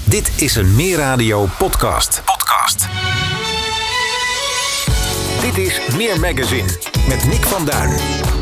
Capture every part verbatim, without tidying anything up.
Dit is een Meer Radio podcast. Podcast. Dit is Meer Magazine met Nick van Duin.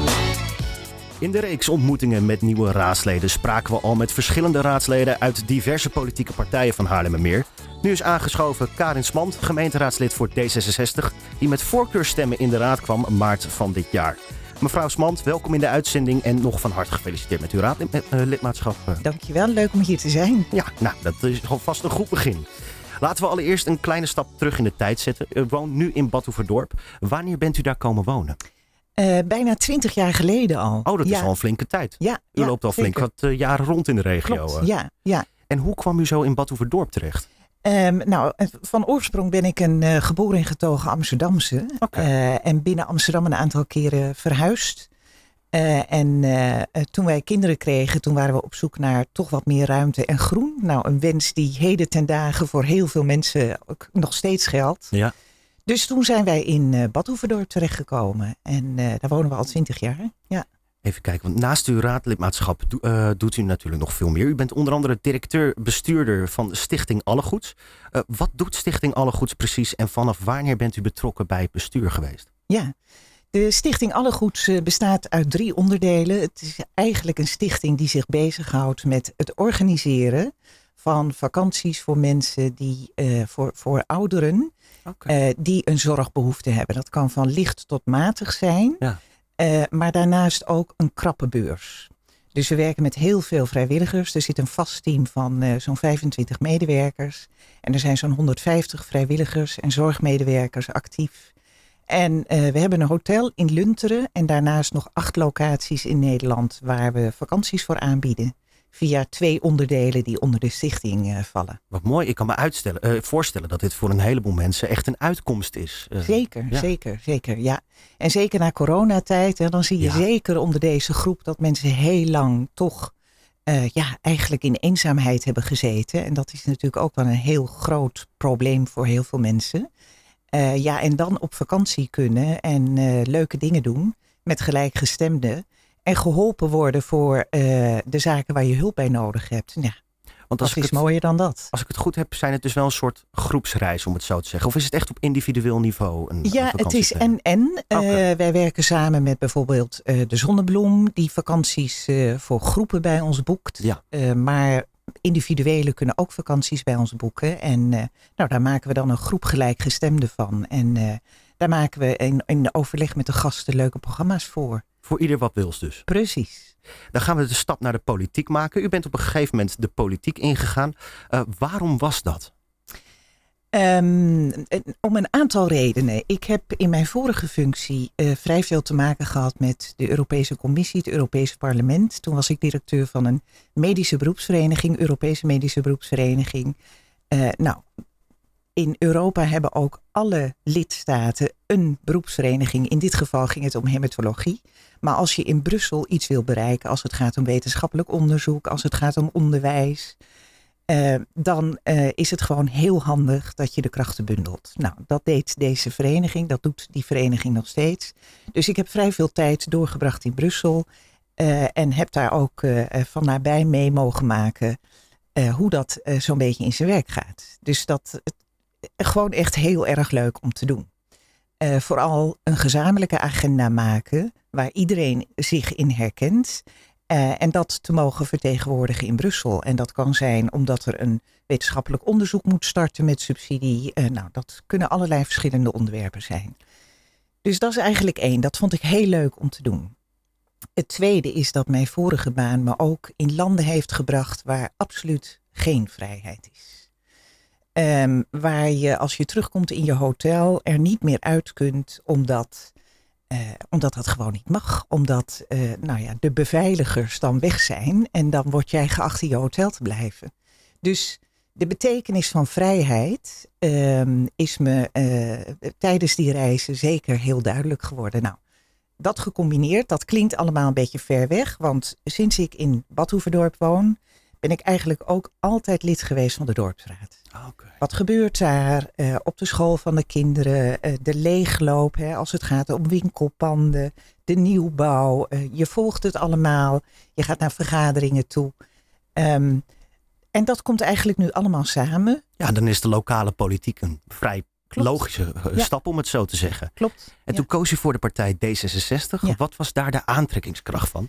In de reeks ontmoetingen met nieuwe raadsleden spraken we al met verschillende raadsleden uit diverse politieke partijen van Haarlemmermeer. Nu is aangeschoven Karin Smant, gemeenteraadslid voor D zesenzestig, die met voorkeurstemmen in de raad kwam maart van dit jaar. Mevrouw Smant, welkom in de uitzending en nog van harte gefeliciteerd met uw raadlidmaatschap. Dankjewel, leuk om hier te zijn. Ja, nou, dat is alvast een goed begin. Laten we allereerst een kleine stap terug in de tijd zetten. U woont nu in Bad Hoeverdorp. Wanneer bent u daar komen wonen? Uh, bijna twintig jaar geleden al. Oh, dat ja. is al een flinke tijd. Ja, u ja, loopt al zeker. flink wat uh, jaren rond in de regio. Klopt, ja, ja. En hoe kwam u zo in Bad Hoeverdorp terecht? Um, nou, van oorsprong ben ik een uh, geboren en getogen Amsterdamse. Okay. Uh, en binnen Amsterdam een aantal keren verhuisd. Uh, en uh, toen wij kinderen kregen, toen waren we op zoek naar toch wat meer ruimte en groen. Nou, een wens die heden ten dagen voor heel veel mensen ook nog steeds geldt. Ja. Dus toen zijn wij in uh, Bad Hoeverdorp terechtgekomen. En uh, daar wonen we al twintig jaar. Ja. Even kijken, want naast uw raadlidmaatschap do, uh, doet u natuurlijk nog veel meer. U bent onder andere directeur-bestuurder van Stichting Allegoeds. Uh, wat doet Stichting Allegoeds precies en vanaf wanneer bent u betrokken bij het bestuur geweest? Ja, de Stichting Allegoeds bestaat uit drie onderdelen. Het is eigenlijk een stichting die zich bezighoudt met het organiseren van vakanties voor mensen die, uh, voor, voor ouderen okay. uh, die een zorgbehoefte hebben. Dat kan van licht tot matig zijn, ja. uh, maar daarnaast ook een krappe beurs. Dus we werken met heel veel vrijwilligers. Er zit een vast team van uh, zo'n vijfentwintig medewerkers. En er zijn zo'n honderdvijftig vrijwilligers en zorgmedewerkers actief. En uh, we hebben een hotel in Lunteren en daarnaast nog acht locaties in Nederland waar we vakanties voor aanbieden. Via twee onderdelen die onder de stichting uh, vallen. Wat mooi. Ik kan me uitstellen, uh, voorstellen dat dit voor een heleboel mensen echt een uitkomst is. Uh, zeker, ja. zeker, zeker. Ja. En zeker na coronatijd, hè, dan zie je ja. zeker onder deze groep dat mensen heel lang toch uh, ja, eigenlijk in eenzaamheid hebben gezeten. En dat is natuurlijk ook wel een heel groot probleem voor heel veel mensen. Uh, ja, en dan op vakantie kunnen en uh, leuke dingen doen met gelijkgestemden. En geholpen worden voor uh, de zaken waar je hulp bij nodig hebt. Ja, want als dat is het, mooier dan dat. Als ik het goed heb, zijn het dus wel een soort groepsreis, om het zo te zeggen. Of is het echt op individueel niveau een Ja, een het is en en. Uh, okay. Wij werken samen met bijvoorbeeld uh, de Zonnebloem, die vakanties uh, voor groepen bij ons boekt. Ja. Uh, maar individuele kunnen ook vakanties bij ons boeken. En uh, nou, daar maken we dan een groep gelijkgestemden van. En uh, daar maken we in, in overleg met de gasten leuke programma's voor. Voor ieder wat wils dus. Precies. Dan gaan we de stap naar de politiek maken. U bent op een gegeven moment de politiek ingegaan. Uh, waarom was dat? Um, om een aantal redenen. Ik heb in mijn vorige functie uh, vrij veel te maken gehad met de Europese Commissie, het Europese Parlement. Toen was ik directeur van een medische beroepsvereniging, Europese medische beroepsvereniging. Uh, nou, in Europa hebben ook alle lidstaten een beroepsvereniging. In dit geval ging het om hematologie. Maar als je in Brussel iets wil bereiken, als het gaat om wetenschappelijk onderzoek, als het gaat om onderwijs, Uh, dan uh, is het gewoon heel handig dat je de krachten bundelt. Nou, dat deed deze vereniging, dat doet die vereniging nog steeds. Dus ik heb vrij veel tijd doorgebracht in Brussel uh, en heb daar ook uh, van nabij mee mogen maken uh, hoe dat uh, zo'n beetje in zijn werk gaat. Dus dat uh, gewoon echt heel erg leuk om te doen. Uh, vooral een gezamenlijke agenda maken waar iedereen zich in herkent. Uh, en dat te mogen vertegenwoordigen in Brussel. En dat kan zijn omdat er een wetenschappelijk onderzoek moet starten met subsidie. Uh, nou, dat kunnen allerlei verschillende onderwerpen zijn. Dus dat is eigenlijk één. Dat vond ik heel leuk om te doen. Het tweede is dat mijn vorige baan me ook in landen heeft gebracht waar absoluut geen vrijheid is. Um, waar je als je terugkomt in je hotel er niet meer uit kunt omdat... Uh, omdat dat gewoon niet mag. Omdat uh, nou ja, de beveiligers dan weg zijn. En dan word jij geacht in je hotel te blijven. Dus de betekenis van vrijheid uh, is me uh, tijdens die reizen zeker heel duidelijk geworden. Nou, dat gecombineerd, dat klinkt allemaal een beetje ver weg. Want sinds ik in Bad Hoeverdorp woon, ben ik eigenlijk ook altijd lid geweest van de dorpsraad. Okay. Wat gebeurt daar uh, op de school van de kinderen, uh, de leegloop, hè, als het gaat om winkelpanden, de nieuwbouw. Uh, je volgt het allemaal, je gaat naar vergaderingen toe. Um, En dat komt eigenlijk nu allemaal samen. Ja, dan is de lokale politiek een vrij Klopt. logische ja. stap, om het zo te zeggen. Klopt. En toen ja. koos u voor de partij D zesenzestig. Ja. Wat was daar de aantrekkingskracht van?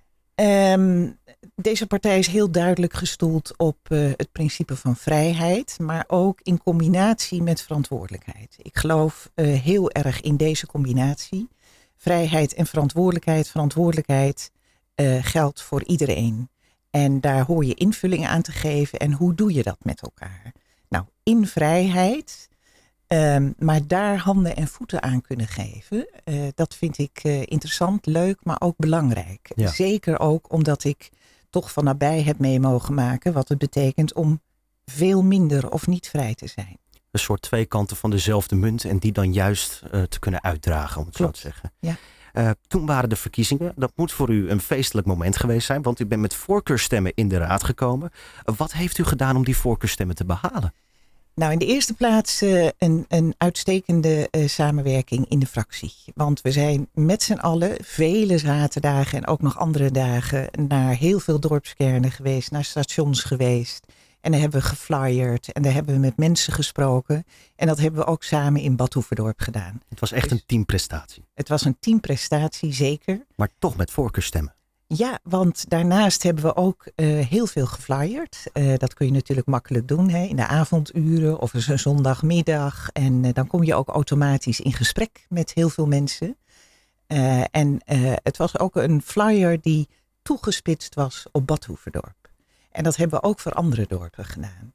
Um, deze partij is heel duidelijk gestoeld op uh, het principe van vrijheid, maar ook in combinatie met verantwoordelijkheid. Ik geloof uh, heel erg in deze combinatie. Vrijheid en verantwoordelijkheid. Verantwoordelijkheid uh, geldt voor iedereen. En daar hoor je invulling aan te geven. En hoe doe je dat met elkaar? Nou, in vrijheid, um, maar daar handen en voeten aan kunnen geven. Uh, dat vind ik uh, interessant, leuk, maar ook belangrijk. Ja. Zeker ook omdat ik toch van nabij heb mee mogen maken wat het betekent om veel minder of niet vrij te zijn. Een soort twee kanten van dezelfde munt en die dan juist uh, te kunnen uitdragen, om het Klopt. zo te zeggen. Ja. Uh, toen waren de verkiezingen. Dat moet voor u een feestelijk moment geweest zijn, want u bent met voorkeurstemmen in de raad gekomen. Uh, wat heeft u gedaan om die voorkeurstemmen te behalen? Nou, in de eerste plaats uh, een, een uitstekende uh, samenwerking in de fractie. Want we zijn met z'n allen vele zaterdagen en ook nog andere dagen naar heel veel dorpskernen geweest, naar stations geweest. En daar hebben we geflyerd en daar hebben we met mensen gesproken. En dat hebben we ook samen in Bad Hoeverdorp gedaan. Het was echt dus een teamprestatie. Het was een teamprestatie, zeker. Maar toch met voorkeurstemmen. Ja, want daarnaast hebben we ook uh, heel veel geflyerd. Uh, dat kun je natuurlijk makkelijk doen hè, in de avonduren of een zondagmiddag. En uh, dan kom je ook automatisch in gesprek met heel veel mensen. Uh, en uh, het was ook een flyer die toegespitst was op Bad Hoeverdorp. En dat hebben we ook voor andere dorpen gedaan.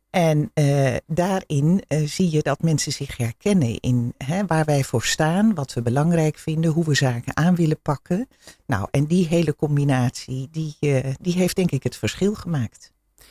En uh, daarin uh, zie je dat mensen zich herkennen in hè, waar wij voor staan, wat we belangrijk vinden, hoe we zaken aan willen pakken. Nou, en die hele combinatie, die, uh, die heeft denk ik het verschil gemaakt.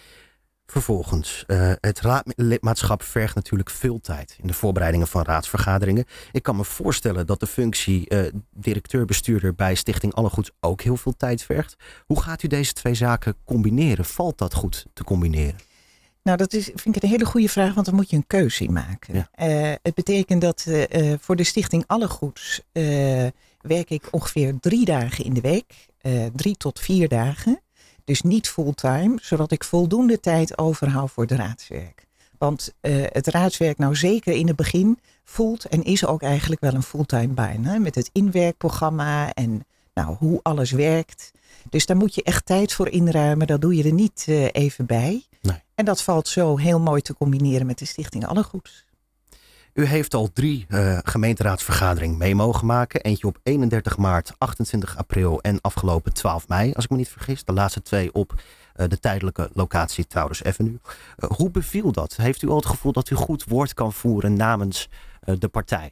Vervolgens, uh, het raadlidmaatschap vergt natuurlijk veel tijd in de voorbereidingen van raadsvergaderingen. Ik kan me voorstellen dat de functie uh, directeur-bestuurder bij Stichting Allegoeds ook heel veel tijd vergt. Hoe gaat u deze twee zaken combineren? Valt dat goed te combineren? Nou, dat is, vind ik een hele goede vraag, want dan moet je een keuze in maken. Ja. Uh, het betekent dat uh, voor de Stichting Allegoeds uh, werk ik ongeveer drie dagen in de week. Uh, drie tot vier dagen. Dus niet fulltime, zodat ik voldoende tijd overhoud voor het raadswerk. Want uh, het raadswerk nou zeker in het begin voelt en is ook eigenlijk wel een fulltime baan. Hè? Met het inwerkprogramma en nou, hoe alles werkt. Dus daar moet je echt tijd voor inruimen. Dat doe je er niet uh, even bij. Nee. En dat valt zo heel mooi te combineren met de Stichting Allegoeds. U heeft al drie uh, gemeenteraadsvergaderingen mee mogen maken. Eentje op eenendertig maart, achtentwintig april en afgelopen twaalf mei, als ik me niet vergis. De laatste twee op uh, de tijdelijke locatie Taurus Avenue. Uh, hoe beviel dat? Heeft u al het gevoel dat u goed woord kan voeren namens uh, de partij?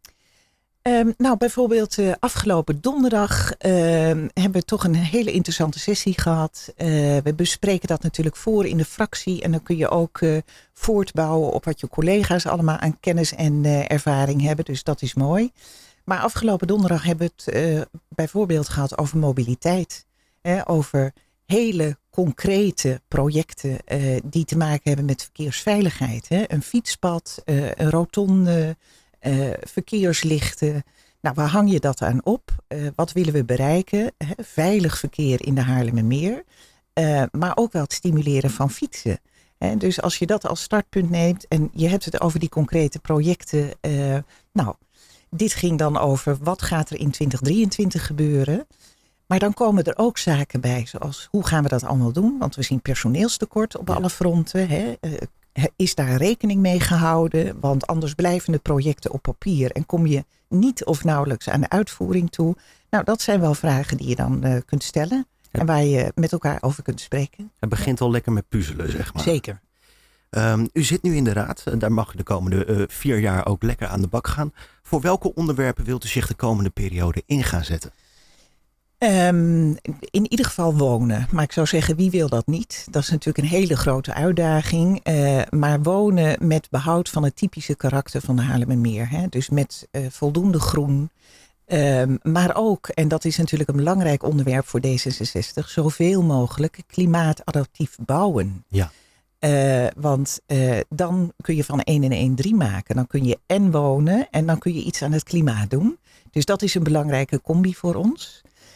Um, nou, bijvoorbeeld uh, afgelopen donderdag uh, hebben we toch een hele interessante sessie gehad. Uh, we bespreken dat natuurlijk voor in de fractie. En dan kun je ook uh, voortbouwen op wat je collega's allemaal aan kennis en uh, ervaring hebben. Dus dat is mooi. Maar afgelopen donderdag hebben we het uh, bijvoorbeeld gehad over mobiliteit. Hè, over hele concrete projecten uh, die te maken hebben met verkeersveiligheid. Hè. Een fietspad, uh, een rotonde... Uh, verkeerslichten. Nou, waar hang je dat aan op? Uh, wat willen we bereiken? Hè? Veilig verkeer in de Haarlemmermeer. Uh, maar ook wel het stimuleren van fietsen. Hè? Dus als je dat als startpunt neemt en je hebt het over die concrete projecten. Uh, nou, dit ging dan over wat gaat er in twintig drieëntwintig gebeuren. Maar dan komen er ook zaken bij, zoals hoe gaan we dat allemaal doen? Want we zien personeelstekort op ja. alle fronten. Hè? Uh, Is daar rekening mee gehouden? Want anders blijven de projecten op papier en kom je niet of nauwelijks aan de uitvoering toe. Nou, dat zijn wel vragen die je dan uh, kunt stellen ja. en waar je met elkaar over kunt spreken. Het begint al lekker met puzzelen, zeg maar. Zeker. Um, u zit nu in de raad. Daar mag u de komende uh, vier jaar ook lekker aan de bak gaan. Voor welke onderwerpen wilt u zich de komende periode in gaan zetten? Um, in ieder geval wonen. Maar ik zou zeggen, wie wil dat niet? Dat is natuurlijk een hele grote uitdaging. Uh, maar wonen met behoud van het typische karakter van de Haarlemmermeer. Hè? Dus met uh, voldoende groen. Um, maar ook, en dat is natuurlijk een belangrijk onderwerp voor D zesenzestig... zoveel mogelijk klimaatadaptief bouwen. Ja. Uh, want uh, dan kun je van één en één drie maken. Dan kun je en wonen en dan kun je iets aan het klimaat doen. Dus dat is een belangrijke combi voor ons.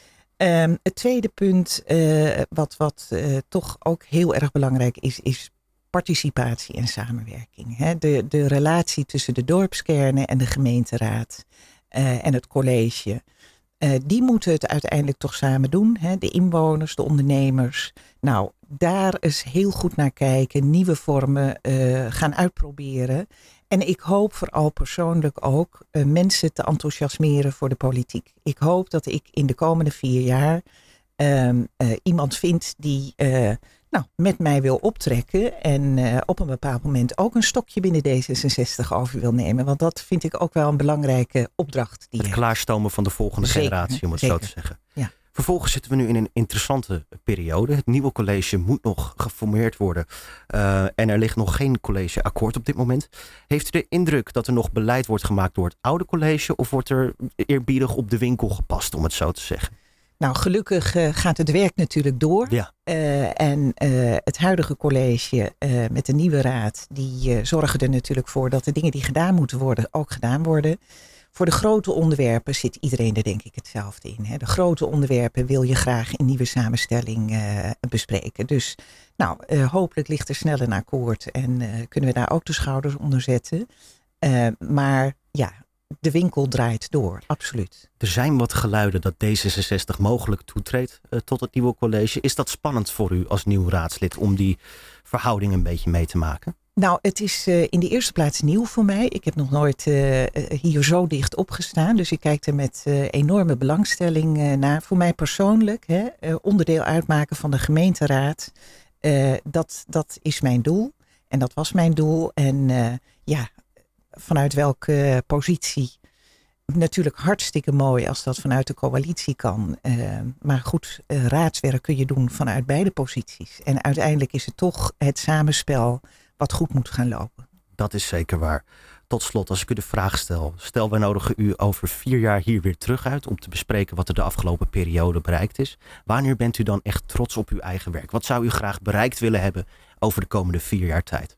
Um, het tweede punt, uh, wat, wat uh, toch ook heel erg belangrijk is, is participatie en samenwerking. Hè? De, de relatie tussen de dorpskernen en de gemeenteraad uh, en het college. Uh, die moeten het uiteindelijk toch samen doen. Hè? De inwoners, de ondernemers. Nou, daar eens heel goed naar kijken. Nieuwe vormen uh, gaan uitproberen. En ik hoop vooral persoonlijk ook uh, mensen te enthousiasmeren voor de politiek. Ik hoop dat ik in de komende vier jaar uh, uh, iemand vind die uh, nou, met mij wil optrekken. En uh, op een bepaald moment ook een stokje binnen D zesenzestig over wil nemen. Want dat vind ik ook wel een belangrijke opdracht. Die het klaarstomen van de volgende zeker, generatie, om het zeker. zo te zeggen. Ja. Vervolgens zitten we nu in een interessante periode. Het nieuwe college moet nog geformeerd worden. Uh, en er ligt nog geen collegeakkoord op dit moment. Heeft u de indruk dat er nog beleid wordt gemaakt door het oude college? Of wordt er eerbiedig op de winkel gepast, om het zo te zeggen? Nou, gelukkig uh, gaat het werk natuurlijk door. Ja. Uh, en uh, het huidige college uh, met de nieuwe raad, die uh, zorgen er natuurlijk voor dat de dingen die gedaan moeten worden, ook gedaan worden. Voor de grote onderwerpen zit iedereen er denk ik hetzelfde in. Hè. De grote onderwerpen wil je graag in nieuwe samenstelling uh, bespreken. Dus nou, uh, hopelijk ligt er snel een akkoord en uh, kunnen we daar ook de schouders onder zetten. Uh, maar ja, de winkel draait door, absoluut. Er zijn wat geluiden dat D zesenzestig mogelijk toetreedt uh, tot het nieuwe college. Is dat spannend voor u als nieuw raadslid om die verhouding een beetje mee te maken? Nou, het is uh, in de eerste plaats nieuw voor mij. Ik heb nog nooit uh, hier zo dicht opgestaan. Dus ik kijk er met uh, enorme belangstelling uh, naar. Voor mij persoonlijk, hè, uh, onderdeel uitmaken van de gemeenteraad. Uh, dat, dat is mijn doel. En dat was mijn doel. En uh, ja, vanuit welke positie? Natuurlijk hartstikke mooi als dat vanuit de coalitie kan. Uh, maar goed, uh, raadswerk kun je doen vanuit beide posities. En uiteindelijk is het toch het samenspel wat goed moet gaan lopen. Dat is zeker waar. Tot slot, als ik u de vraag stel. Stel, wij nodigen u over vier jaar hier weer terug uit om te bespreken wat er de afgelopen periode bereikt is. Wanneer bent u dan echt trots op uw eigen werk? Wat zou u graag bereikt willen hebben over de komende vier jaar tijd?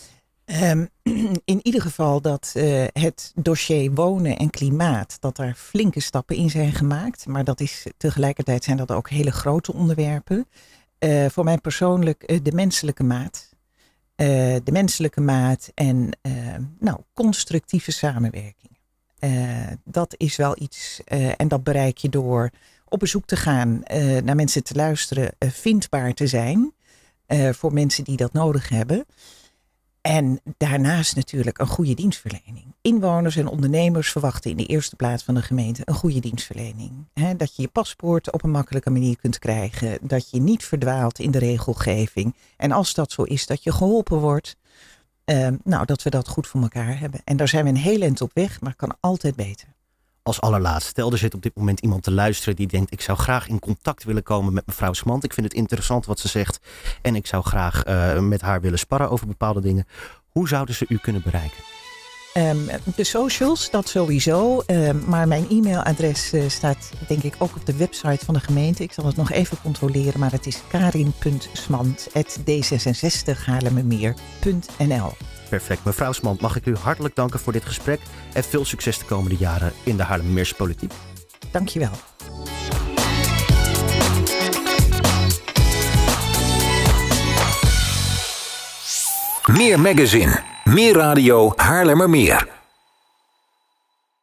Um, in ieder geval dat uh, het dossier wonen en klimaat, dat er flinke stappen in zijn gemaakt. Maar dat is tegelijkertijd zijn dat ook hele grote onderwerpen. Uh, voor mij persoonlijk uh, de menselijke maat. Uh, de menselijke maat en uh, nou, constructieve samenwerking. Uh, dat is wel iets uh, en dat bereik je door op bezoek te gaan, uh, naar mensen te luisteren, uh, vindbaar te zijn uh, voor mensen die dat nodig hebben. En daarnaast natuurlijk een goede dienstverlening. Inwoners en ondernemers verwachten in de eerste plaats van de gemeente een goede dienstverlening. He, dat je je paspoort op een makkelijke manier kunt krijgen. Dat je niet verdwaalt in de regelgeving. En als dat zo is, dat je geholpen wordt. Uh, nou, dat we dat goed voor elkaar hebben. En daar zijn we een heel eind op weg, maar kan altijd beter. Als allerlaatst, stel er zit op dit moment iemand te luisteren die denkt, ik zou graag in contact willen komen met mevrouw Smant. Ik vind het interessant wat ze zegt en ik zou graag uh, met haar willen sparren over bepaalde dingen. Hoe zouden ze u kunnen bereiken? Um, de socials, dat sowieso. Um, maar mijn e-mailadres uh, staat denk ik ook op de website van de gemeente. Ik zal het nog even controleren, maar het is karin punt smant apenstaartje d zesenzestig haarlemmermeer punt n l. Perfect. Mevrouw Smant, mag ik u hartelijk danken voor dit gesprek en veel succes de komende jaren in de Haarlemmermeerse politiek. Dank je wel. Meer magazine, meer radio Haarlemmermeer.